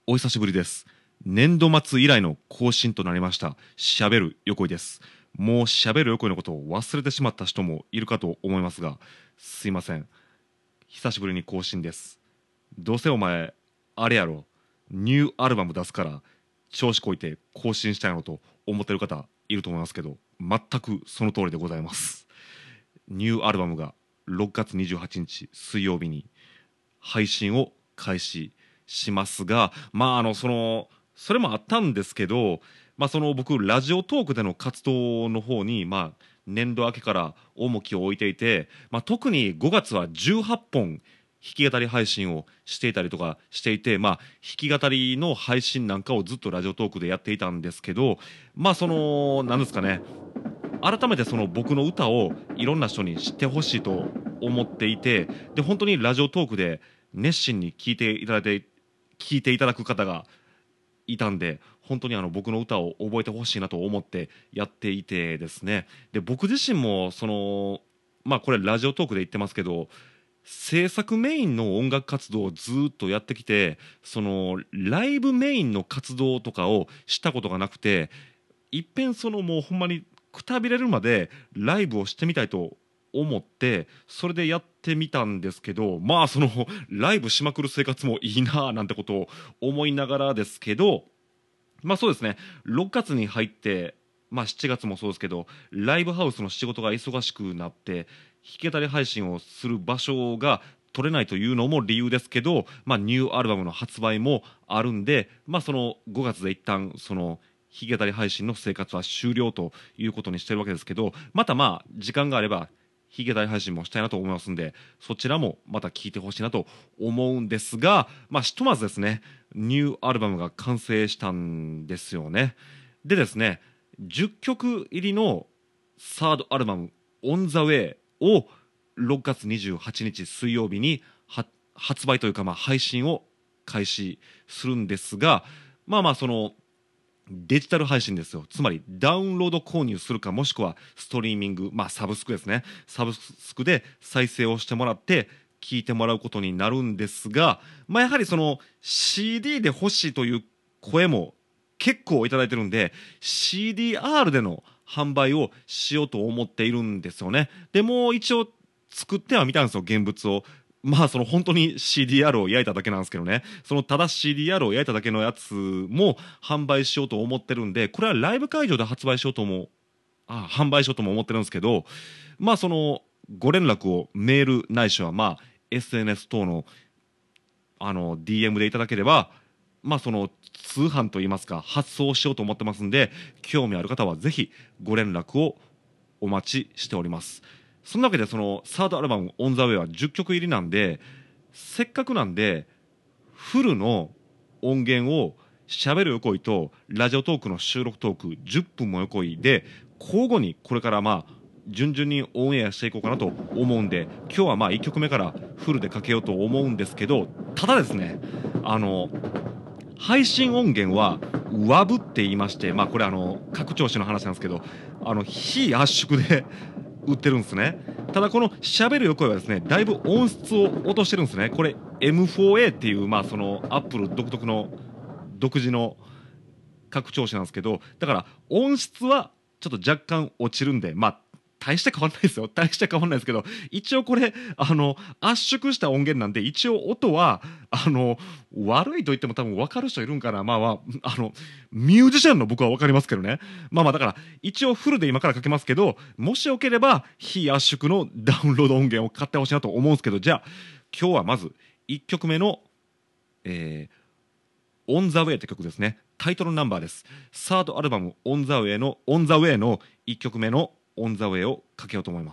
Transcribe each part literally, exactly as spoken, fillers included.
お久しぶりです。年度末以来の更新となりました。しゃべる横井です。もうしゃべる横井のことを忘れてしまった人もいるかと思いますが、すいません。久しぶりに更新です。どうせお前あれやろ、ニューアルバム出すから調子こいて更新したいのと思ってる方いると思いますけど、全くその通りでございます。ニューアルバムがろくがつにじゅうはちにち水曜日に配信を開始しますが、まああのそのそれもあったんですけど、まあその僕ラジオトークでの活動の方にまあ年度明けから重きを置いていて、まあ、特にごがつはじゅうはっぽん弾き語り配信をしていたりとかしていて、まあ、弾き語りの配信なんかをずっとラジオトークでやっていたんですけど、まあその何ですかね、改めてその僕の歌をいろんな人に知ってほしいと思っていて、で本当にラジオトークで熱心に聴いていただいて聞いていただく方がいたんで、本当にあの僕の歌を覚えてほしいなと思ってやっていてですね。で僕自身もそのまあこれラジオトークで言ってますけど、制作メインの音楽活動をずっとやってきて、そのライブメインの活動とかをしたことがなくて、いっぺんそのもうほんまにくたびれるまでライブをしてみたいと思ってそれでやってみたんですけど、まあそのライブしまくる生活もいいななんてことを思いながらですけど、まあそうですね、ろくがつに入ってまあしちがつもそうですけど、ライブハウスの仕事が忙しくなって弾き語り配信をする場所が取れないというのも理由ですけど、まあニューアルバムの発売もあるんで、まあそのごがつで一旦その弾き語り配信の生活は終了ということにしてるわけですけど、またまあ時間があれば弾き語り配信もしたいなと思いますんで、そちらもまた聴いてほしいなと思うんですが、まあひとまずですね、ニューアルバムが完成したんですよね。でですね、じゅっきょく入りのサードアルバム「オン・ザ・ウェイ」をろくがつにじゅうはちにち水曜日に発売というかまあ配信を開始するんですが、まあまあそのデジタル配信ですよ。つまりダウンロード購入するか、もしくはストリーミング、まあサブスクですね、サブスクで再生をしてもらって聴いてもらうことになるんですが、まあやはりその シーディー で欲しいという声も結構いただいてるんで、 シーディーアール での販売をしようと思っているんですよね。でも一応作ってはみたんですよ、現物を。まあその本当に シーディーアール を焼いただけなんですけどね、そのただ シーディーアール を焼いただけのやつも販売しようと思ってるんで、これはライブ会場で発売しようともあ販売しようとも思ってるんですけど、まあそのご連絡をメールないしはまあ エスエヌエス 等のあの ディーエム でいただければ、まあその通販といいますか発送しようと思ってますんで、興味ある方はぜひご連絡をお待ちしております。そんなわけでそのサードアルバム「オン・ザ・ウェイ」はじゅっきょく入りなんで、せっかくなんでフルの音源をしゃべる横井とラジオトークの収録トークじゅっぷんも横井で交互にこれからまあ順々にオンエアしていこうかなと思うんで、今日はまあいっきょくめからフルでかけようと思うんですけど、ただですね、あの配信音源は ダブ って言いまして、まあこれあの拡張子の話なんですけど、あの非圧縮で売ってるんですね。ただこのしゃべる横井はですね、だいぶ音質を落としてるんですね。これ エムフォーエー っていうまあそのアップル独特の独自の拡張子なんですけど、だから音質はちょっと若干落ちるんで、まあ大して変わんないですよ。大して変わんないですけど、一応これあの圧縮した音源なんで、一応音はあの悪いと言っても多分分かる人いるんかな。まあまああのミュージシャンの僕は分かりますけどね。まあまあだから一応フルで今からかけますけど、もしよければ非圧縮のダウンロード音源を買ってほしいなと思うんですけど、じゃあ今日はまずいっきょくめのえー、オン・ザ・ウェイって曲ですね。タイトルナンバーです。サードアルバムオン・ザ・ウェイのオン・ザ・ウェイのいっきょくめのオン・ザ・ウェイをかけようと思います。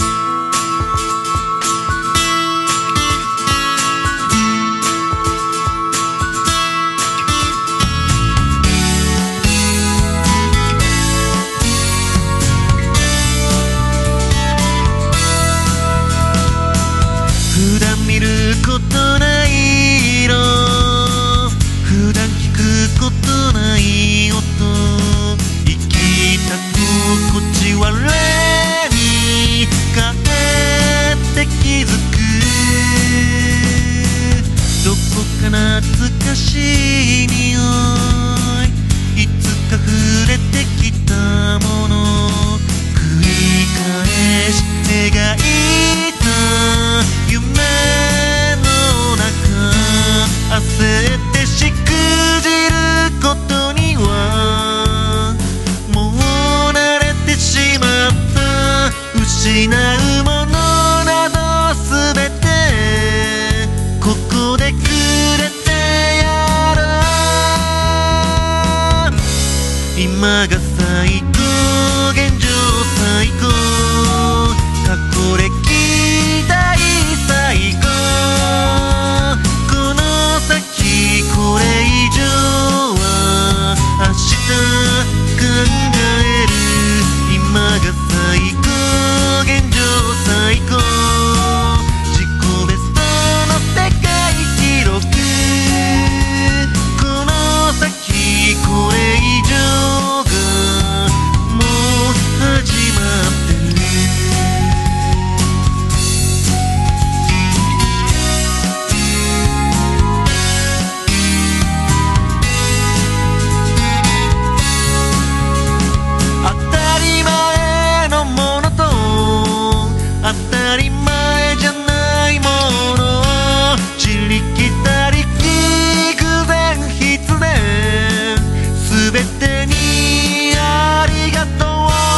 普段見ることない色、普段聞くことない音、生きた心地悪いかしい匂い、いつか触れてきたもの、繰り返し描いた夢の中、焦ってしくじることにはもう慣れてしまった。失うものなどすべてここでくれてやろう。今が最高、現状最高、過去歴代最高、この先これ以上は明日考える。今が最高、現状最高、自己ベストの世界記録、この先これ以上がもう始まってる。当たり前のものと当たり前じゃないもの、自力他力偶然必然、すべてにありがと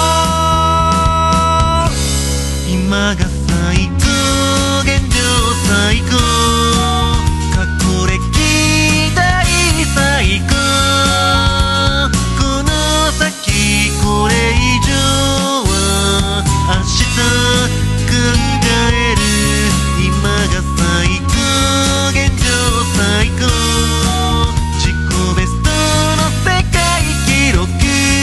う。今が最高、現状最高、過去歴代最高、この先これ以上は明日考える。今が最高、現状最高、自己ベストの世界記録、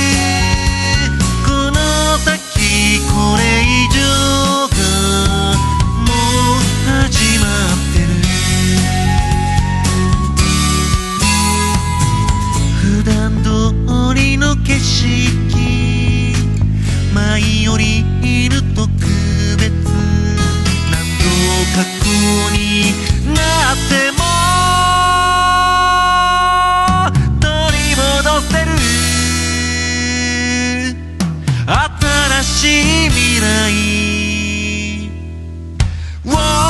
この先これ以上がもう始まってる。普段通りの景色、舞い降りる特別、何度過去になっても取り戻せる。新しい未来を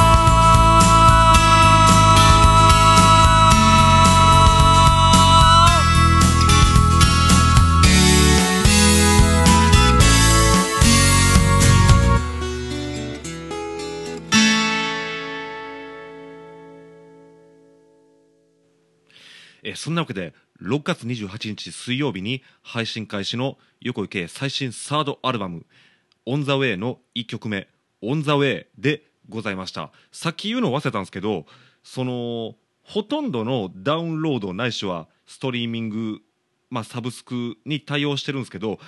えーそんなわけでろくがつにじゅうはちにち水曜日に配信開始の横井圭最新サードアルバム「オン・ザ・ウェイ」のいっきょくめ「オン・ザ・ウェイ」でございました。さっき言うの忘れたんですけど、そのほとんどのダウンロードないしはストリーミング、まあ、サブスクに対応してるんですけど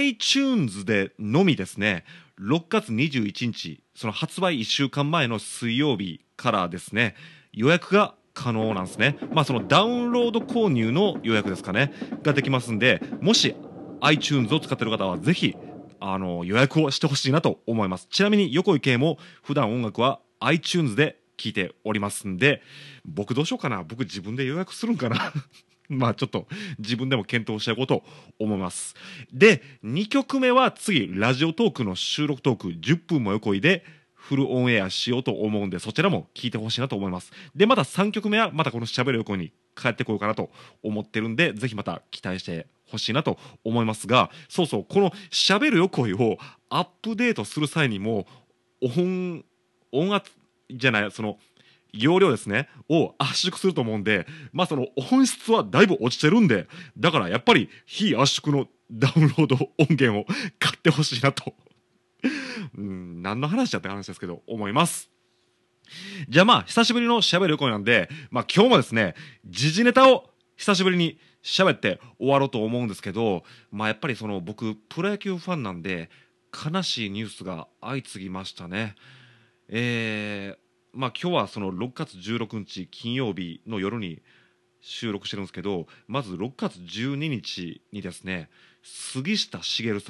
iTunes でのみですね、ろくがつにじゅういちにち、その発売いっしゅうかんまえの水曜日からですね、予約が可能なんですね。まあそのダウンロード購入の予約ですかねができますんで、もし iTunes を使ってる方はぜひあの予約をしてほしいなと思います。ちなみに横井圭も普段音楽は iTunes で聴いておりますんで、僕どうしようかな、僕自分で予約するんかなまあちょっと自分でも検討していこうと思います。でにきょくめは次ラジオトークの収録トークじゅっぷんも横井でフルオンエアしようと思うんで、そちらも聞いてほしいなと思います。でまたさんきょくめはまたこのしゃべる横井に帰ってこようかなと思ってるんで、ぜひまた期待してほしいなと思いますが、そうそう、このしゃべる横井をアップデートする際にも音音圧じゃないその容量ですねを圧縮すると思うんで、まあその音質はだいぶ落ちてるんで、だからやっぱり非圧縮のダウンロード音源を買ってほしいなとうん何の話だって話ですけど思います。じゃあまあ久しぶりのしゃべる横井なんで、まあ今日もですね時事ネタを久しぶりに喋って終わろうと思うんですけど、まあやっぱりその僕プロ野球ファンなんで悲しいニュースが相次ぎましたね。えー、まあ今日はそのろくがつじゅうろくにち金曜日の夜に収録してるんですけど、まずろくがつじゅうににちにですね杉下茂さん、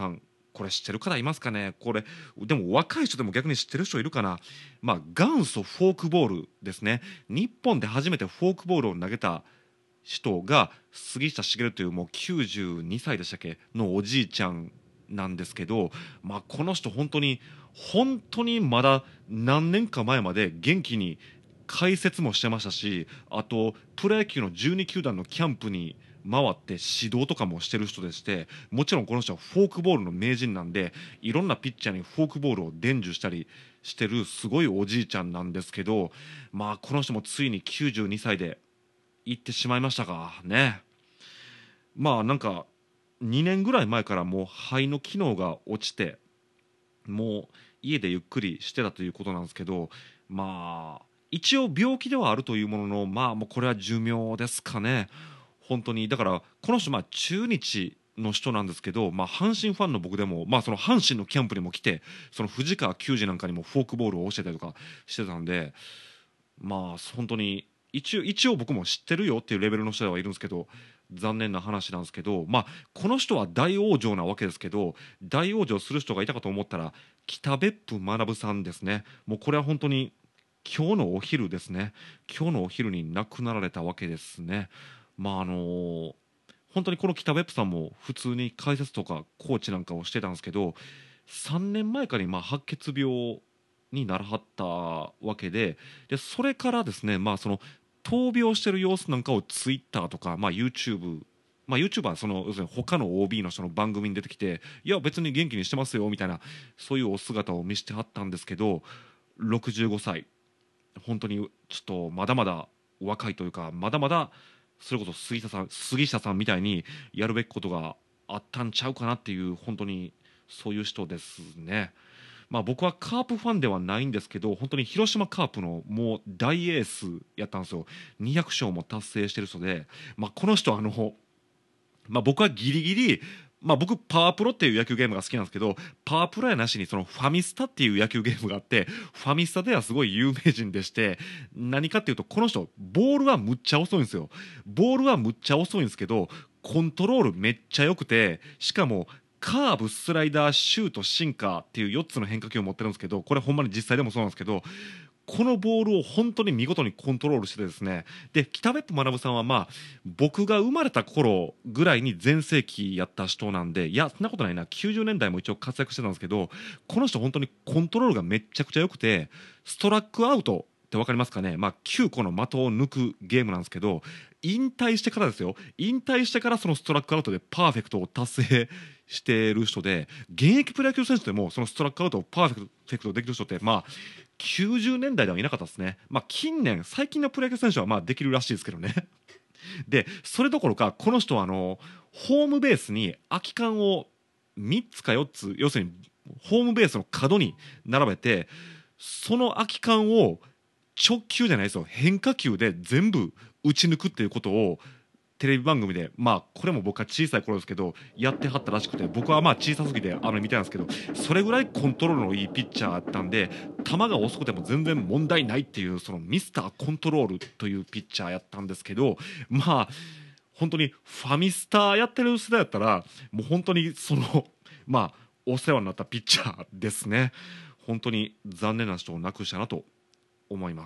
これ知ってる方いますかね。これでも若い人でも逆に知ってる人いるかな。まあ元祖フォークボールですね。日本で初めてフォークボールを投げた人が杉下茂というもうきゅうじゅうにさいでしたっけのおじいちゃんなんですけど、まあ、この人本当に本当にまだ何年か前まで元気に解説もしてましたし、あとプロ野球のじゅうに球団のキャンプに回って指導とかもしてる人でして、もちろんこの人はフォークボールの名人なんで、いろんなピッチャーにフォークボールを伝授したりしてるすごいおじいちゃんなんですけど、まあこの人もついにきゅうじゅうにさいで行ってしまいましたかね。まあなんかにねんぐらい前からもう肺の機能が落ちて、もう家でゆっくりしてたということなんですけど、まあ一応病気ではあるというものの、まあもうこれは寿命ですかね。本当にだからこの人まあ中日の人なんですけど、まあ、阪神ファンの僕でも、まあ、その阪神のキャンプにも来て、その藤川球児なんかにもフォークボールを教えたりとかしてたんで、まあ本当に一応一応僕も知ってるよっていうレベルの人ではいるんですけど、残念な話なんですけど、まあこの人は大往生なわけですけど、大往生する人がいたかと思ったら北別府学さんですね。もうこれは本当に今日のお昼ですね。今日のお昼に亡くなられたわけですね。まああの本当にこの北別府さんも普通に解説とかコーチなんかをしてたんですけど、さんねんまえかにまあ白血病にならはったわけで、でそれからですね、まあその闘病してる様子なんかをツイッターとか、まあ、YouTube、まあ、YouTuber はその要するに他の オービー の人の番組に出てきて、いや別に元気にしてますよみたいな、そういうお姿を見せてはったんですけど、ろくじゅうごさい、本当にちょっとまだまだお若いというか、まだまだそれこそ杉下さん杉下さんみたいにやるべきことがあったんちゃうかなっていう、本当にそういう人ですね。まあ、僕はカープファンではないんですけど、本当に広島カープのもう大エースやったんですよ。にひゃく勝も達成してる人で、まあ、この人あの、まあ、僕はギリギリ、まあ、僕パワープロっていう野球ゲームが好きなんですけど、パワープロやなしにそのファミスタっていう野球ゲームがあって、ファミスタではすごい有名人でして、何かっていうとこの人ボールはむっちゃ遅いんですよ。ボールはむっちゃ遅いんですけど、コントロールめっちゃ良くて、しかもカーブ、スライダー、シュート、シンカーっていうよっつの変化球を持ってるんですけど、これほんまに実際でもそうなんですけど、このボールを本当に見事にコントロールしててですね、で北別府学さんはまあ僕が生まれた頃ぐらいに全盛期やった人なんで、いやそんなことないな、きゅうじゅうねんだいも一応活躍してたんですけど、この人本当にコントロールがめっちゃくちゃ良くて、ストラックアウトって分かりますかね。まあ、きゅうこの的を抜くゲームなんですけど、引退してからですよ、引退してからそのストラックアウトでパーフェクトを達成してる人で、現役プロ野球選手でもそのストラックアウトをパーフェクトできる人ってまあきゅうじゅうねんだいではいなかったですね。まあ、近年最近のプロ野球選手はまあできるらしいですけどね。でそれどころかこの人はあのホームベースに空き缶をみっつかよっつ、要するにホームベースの角に並べて、その空き缶を直球じゃないですよ、変化球で全部打ち抜くっていうことをテレビ番組で、まあこれも僕は小さい頃ですけどやってはったらしくて、僕はまあ小さすぎてあの見てたんですけど、それぐらいコントロールのいいピッチャーだったんで、球が遅くても全然問題ないっていう、そのミスターコントロールというピッチャーやったんですけど、まあ本当にファミスターやってる世代やったらもう本当にそのまあお世話になったピッチャーですね。本当に残念な人を亡くしたなと思います。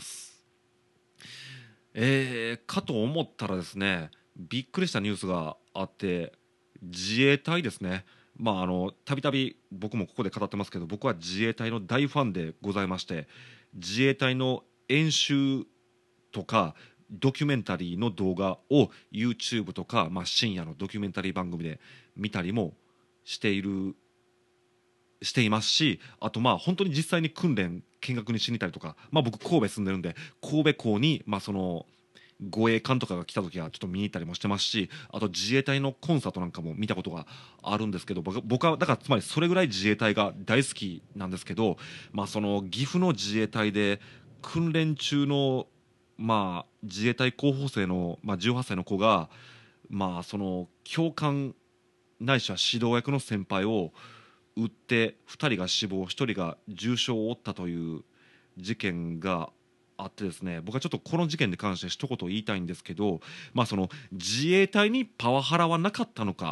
えー、かと思ったらですね、びっくりしたニュースがあって、自衛隊ですね。まああのたびたび僕もここで語ってますけど、僕は自衛隊の大ファンでございまして、自衛隊の演習とかドキュメンタリーの動画を YouTube とか、まあ、深夜のドキュメンタリー番組で見たりもしているしていますし、あとまあ本当に実際に訓練見学にしに行ったりとか、まあ、僕神戸住んでるんで神戸港にまあその護衛艦とかが来た時はちょっと見に行ったりもしてますし、あと自衛隊のコンサートなんかも見たことがあるんですけど、僕僕はだからつまりそれぐらい自衛隊が大好きなんですけど、まあ、その岐阜の自衛隊で訓練中のまあ自衛隊候補生のまあじゅうはっさいの子がまあその教官ないしは指導役の先輩を撃ってふたりが死亡ひとりが重傷を負ったという事件があってですね、僕はちょっとこの事件に関して一言言いたいんですけど、まあ、その自衛隊にパワハラはなかったのか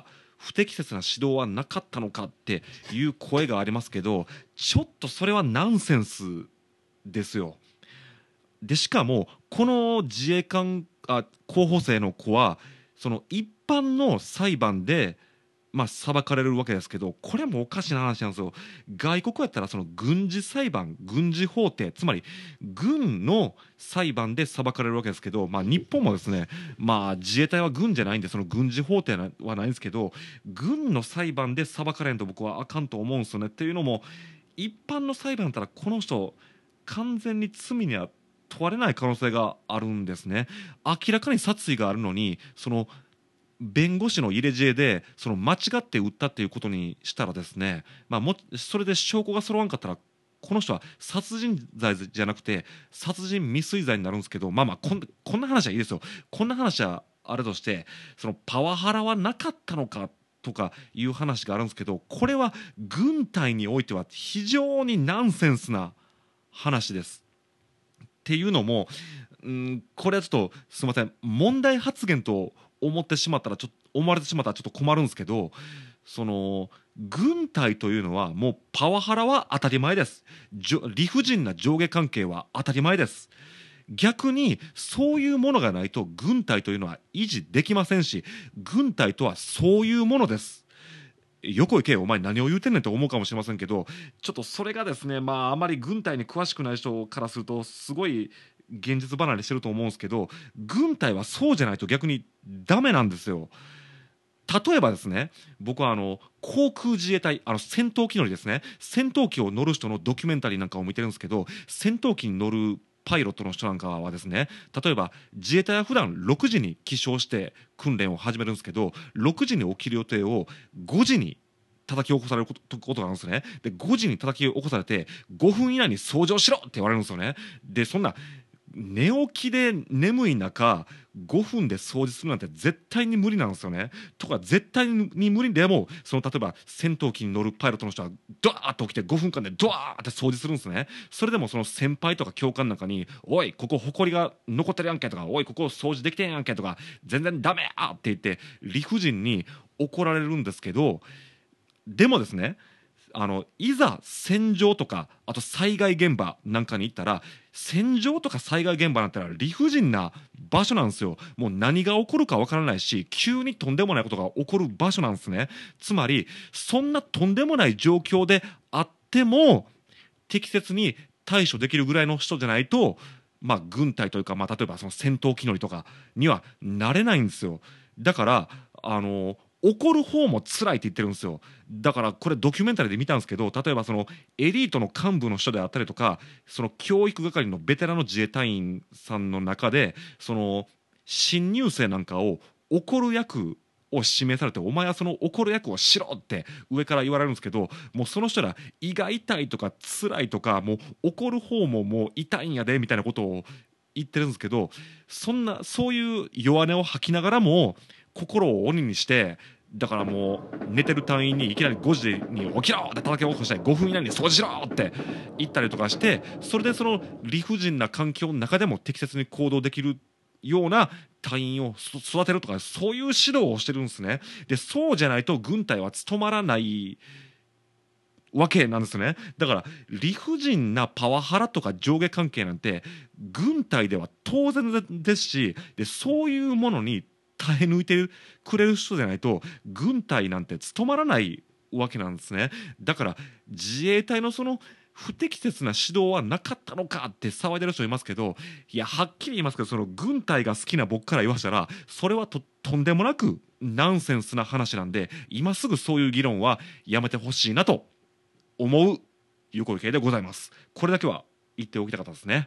不適切な指導はなかったのかっていう声がありますけど、ちょっとそれはナンセンスですよ。でしかもこの自衛官あ候補生の子はその一般の裁判でまあ裁かれるわけですけど、これもおかしな話なんですよ。外国やったらその軍事裁判、軍事法廷、つまり軍の裁判で裁かれるわけですけど、まあ日本もですね、まあ自衛隊は軍じゃないんでその軍事法廷はないんですけど、軍の裁判で裁かれんと僕はあかんと思うんですよね。っていうのも一般の裁判だったらこの人完全に罪には問われない可能性があるんですね。明らかに殺意があるのにその弁護士の入れ知恵でその間違って撃ったっていうことにしたらですね、まあ、もそれで証拠が揃わんかったらこの人は殺人罪じゃなくて殺人未遂罪になるんですけど、まあまあこんこんな話はいいですよ。こんな話はあれとしてそのパワハラはなかったのかとかいう話があるんですけど、これは軍隊においては非常にナンセンスな話です。っていうのも、うん、これはちょっとすみません、問題発言と思ってしまったらちょっと思われてしまったらちょっと困るんですけど、その軍隊というのはもうパワハラは当たり前です。理不尽な上下関係は当たり前です。逆にそういうものがないと軍隊というのは維持できませんし、軍隊とはそういうものです。横行けお前何を言うてんねんと思うかもしれませんけど、ちょっとそれがですね、まああまり軍隊に詳しくない人からするとすごい現実離れしてると思うんですけど、軍隊はそうじゃないと逆にダメなんですよ。例えばですね、僕はあの航空自衛隊、あの戦闘機乗りですね、戦闘機を乗る人のドキュメンタリーなんかを見てるんですけど、戦闘機に乗るパイロットの人なんかはですね、例えば自衛隊は普段ろくじに起床して訓練を始めるんですけど、ろくじに起きる予定をごじに叩き起こされることことがあるんですね。でごじに叩き起こされてごふん以内に掃除をしろって言われるんですよね。でそんな寝起きで眠い中ごふんで掃除するなんて絶対に無理なんですよね。とか絶対に無理でもその例えば戦闘機に乗るパイロットの人はドワーッと起きてごふんかんでドワーッて掃除するんですね。それでもその先輩とか教官なんかに「おいここほこりが残ってるやんけ」とか「おいここ掃除できてんやんけ」とか「全然ダメや!」って言って理不尽に怒られるんですけど、でもですね、あのいざ戦場とかあと災害現場なんかに行ったら、戦場とか災害現場なんてのは理不尽な場所なんですよ。もう何が起こるかわからないし急にとんでもないことが起こる場所なんですね。つまりそんなとんでもない状況であっても適切に対処できるぐらいの人じゃないと、まあ、軍隊というか、まあ、例えばその戦闘機乗りとかにはなれないんですよ。だからあの怒る方も辛いって言ってるんですよ。だからこれドキュメンタリーで見たんですけど、例えばそのエリートの幹部の人であったりとかその教育係のベテランの自衛隊員さんの中でその新入生なんかを怒る役を指名されて、お前はその怒る役をしろって上から言われるんですけど、もうその人ら胃が痛いとか辛いとかもう怒る方ももう痛いんやでみたいなことを言ってるんですけど、そんなそういう弱音を吐きながらも心を鬼にして、だからもう寝てる隊員にいきなりごじに起きろって叩き起こしてごふん以内に掃除しろって言ったりとかして、それでその理不尽な環境の中でも適切に行動できるような隊員を育てるとか、そういう指導をしてるんですね。でそうじゃないと軍隊は務まらないわけなんですね。だから理不尽なパワハラとか上下関係なんて軍隊では当然ですし、でそういうものに耐え抜いてくれる人じゃないと軍隊なんて務まらないわけなんですね。だから自衛隊のその不適切な指導はなかったのかって騒いでる人いますけど、いやはっきり言いますけど、その軍隊が好きな僕から言わせたらそれは と, とんでもなくナンセンスな話なんで、今すぐそういう議論はやめてほしいなと思う横井系でございます。これだけは言っておきたかったですね。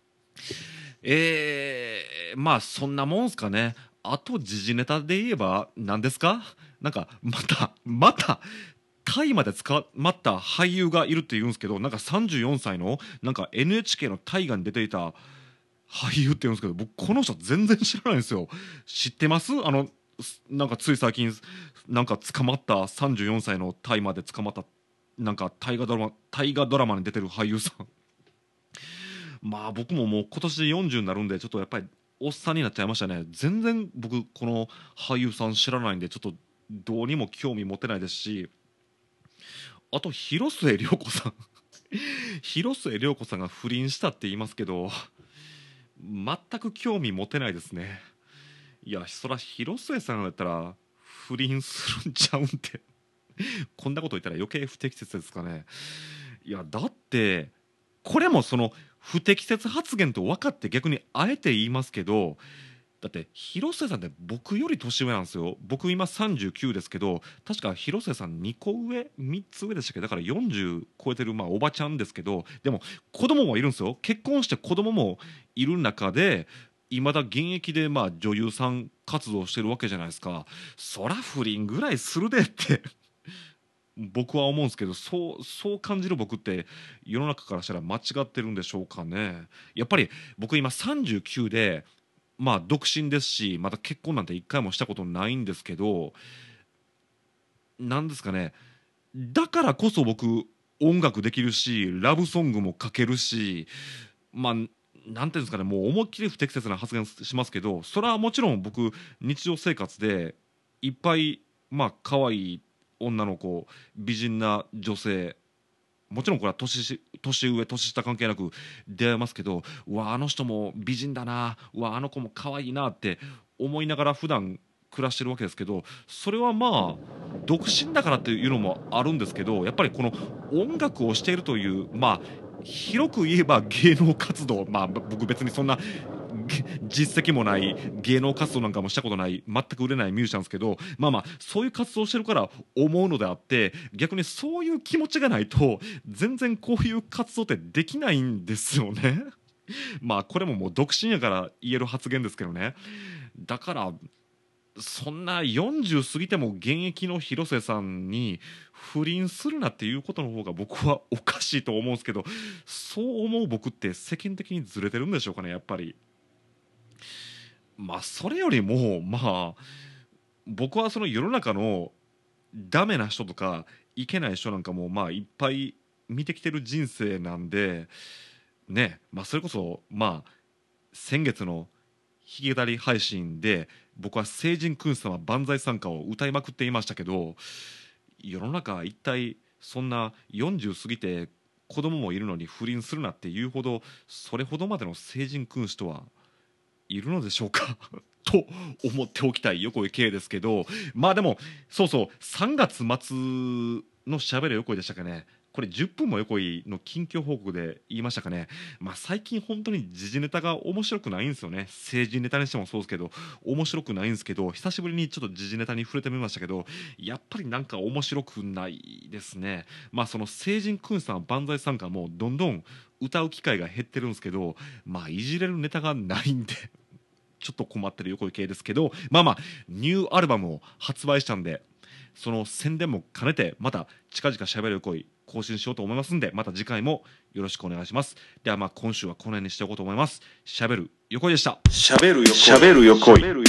えー、まあそんなもんすかね。あと時事ネタで言えば何ですか、なんかまたまたタイまで捕まった俳優がいるって言うんですけど、なんかさんじゅうよんさいのなんか エヌエイチケー の大河に出ていた俳優って言うんですけど、僕この人全然知らないんですよ。知ってます？あのなんかつい最近なんか捕まったさんじゅうよんさいのタイまで捕まったなんか大河ドラマ大河ドラマに出てる俳優さんまあ僕ももう今年でよんじゅうになるんでちょっとやっぱりおっさんになっちゃいましたね。全然僕この俳優さん知らないんでちょっとどうにも興味持てないですし、あと広末涼子さん広末涼子さんが不倫したって言いますけど、全く興味持てないですね。いや、そら広末さんだったら不倫するんちゃうんってこんなこと言ったら余計不適切ですかね。いや、だってこれもその不適切発言と分かって逆にあえて言いますけど、だって広末さんって僕より年上なんですよ。僕今さんじゅうきゅうですけど、確か広末さんにこ上みっつ上でしたっけ。だからよんじゅう超えてる、まあおばちゃんですけど、でも子供もいるんですよ。結婚して子供もいる中でいまだ現役でまあ女優さん活動してるわけじゃないですか。そら不倫ぐらいするでって僕は思うんですけど、そうそう感じる僕って世の中からしたら間違ってるんでしょうかね。やっぱり僕今さんじゅうきゅうで、まあ独身ですし、まだ結婚なんて一回もしたことないんですけど、なんですかね、だからこそ僕音楽できるしラブソングも書けるし、まあなんていうんですかね、もう思いっきり不適切な発言しますけど、それはもちろん僕日常生活でいっぱいまあ可愛い女の子、美人な女性、もちろんこれは年し年上年下関係なく出会えますけど、うわあの人も美人だな、うわあの子も可愛いなって思いながら普段暮らしてるわけですけど、それはまあ独身だからっていうのもあるんですけど、やっぱりこの音楽をしているというまあ広く言えば芸能活動、まあ僕別にそんな実績もない芸能活動なんかもしたことない、全く売れないミュージシャンですけど、まあまあそういう活動してるから思うのであって、逆にそういう気持ちがないと全然こういう活動ってできないんですよねまあこれももう独身やから言える発言ですけどね。だからそんなよんじゅう過ぎても現役の広瀬さんに不倫するなっていうことの方が僕はおかしいと思うんですけど、そう思う僕って世間的にずれてるんでしょうかね、やっぱり。まあそれよりもまあ僕はその世の中のダメな人とかいけない人なんかもまあいっぱい見てきてる人生なんでね、まあそれこそまあ先月の弾き語り配信で僕は聖人君様万歳参加を歌いまくっていましたけど、世の中一体そんなよんじゅう過ぎて子供もいるのに不倫するなっていうほどそれほどまでの聖人君子とはいるのでしょうかと思っておきたい横井圭ですけど、まあでもそうそうさんがつ末のしゃべる横井でしたかね、これじゅっぷんも横井の近況報告で言いましたかね。まあ最近本当に時事ネタが面白くないんですよね。政治ネタにしてもそうですけど面白くないんですけど、久しぶりにちょっと時事ネタに触れてみましたけど、やっぱりなんか面白くないですね。まあその聖人君さん万歳参加もどんどん歌う機会が減ってるんですけど、まあいじれるネタがないんでちょっと困ってる横井系ですけど、まあまあニューアルバムを発売したんでその宣伝も兼ねてまた近々しゃべる横井更新しようと思いますんで、また次回もよろしくお願いします。ではまあ今週はこの辺にしておこうと思います。しゃべる横井でした。 しゃべるよしゃべる横井。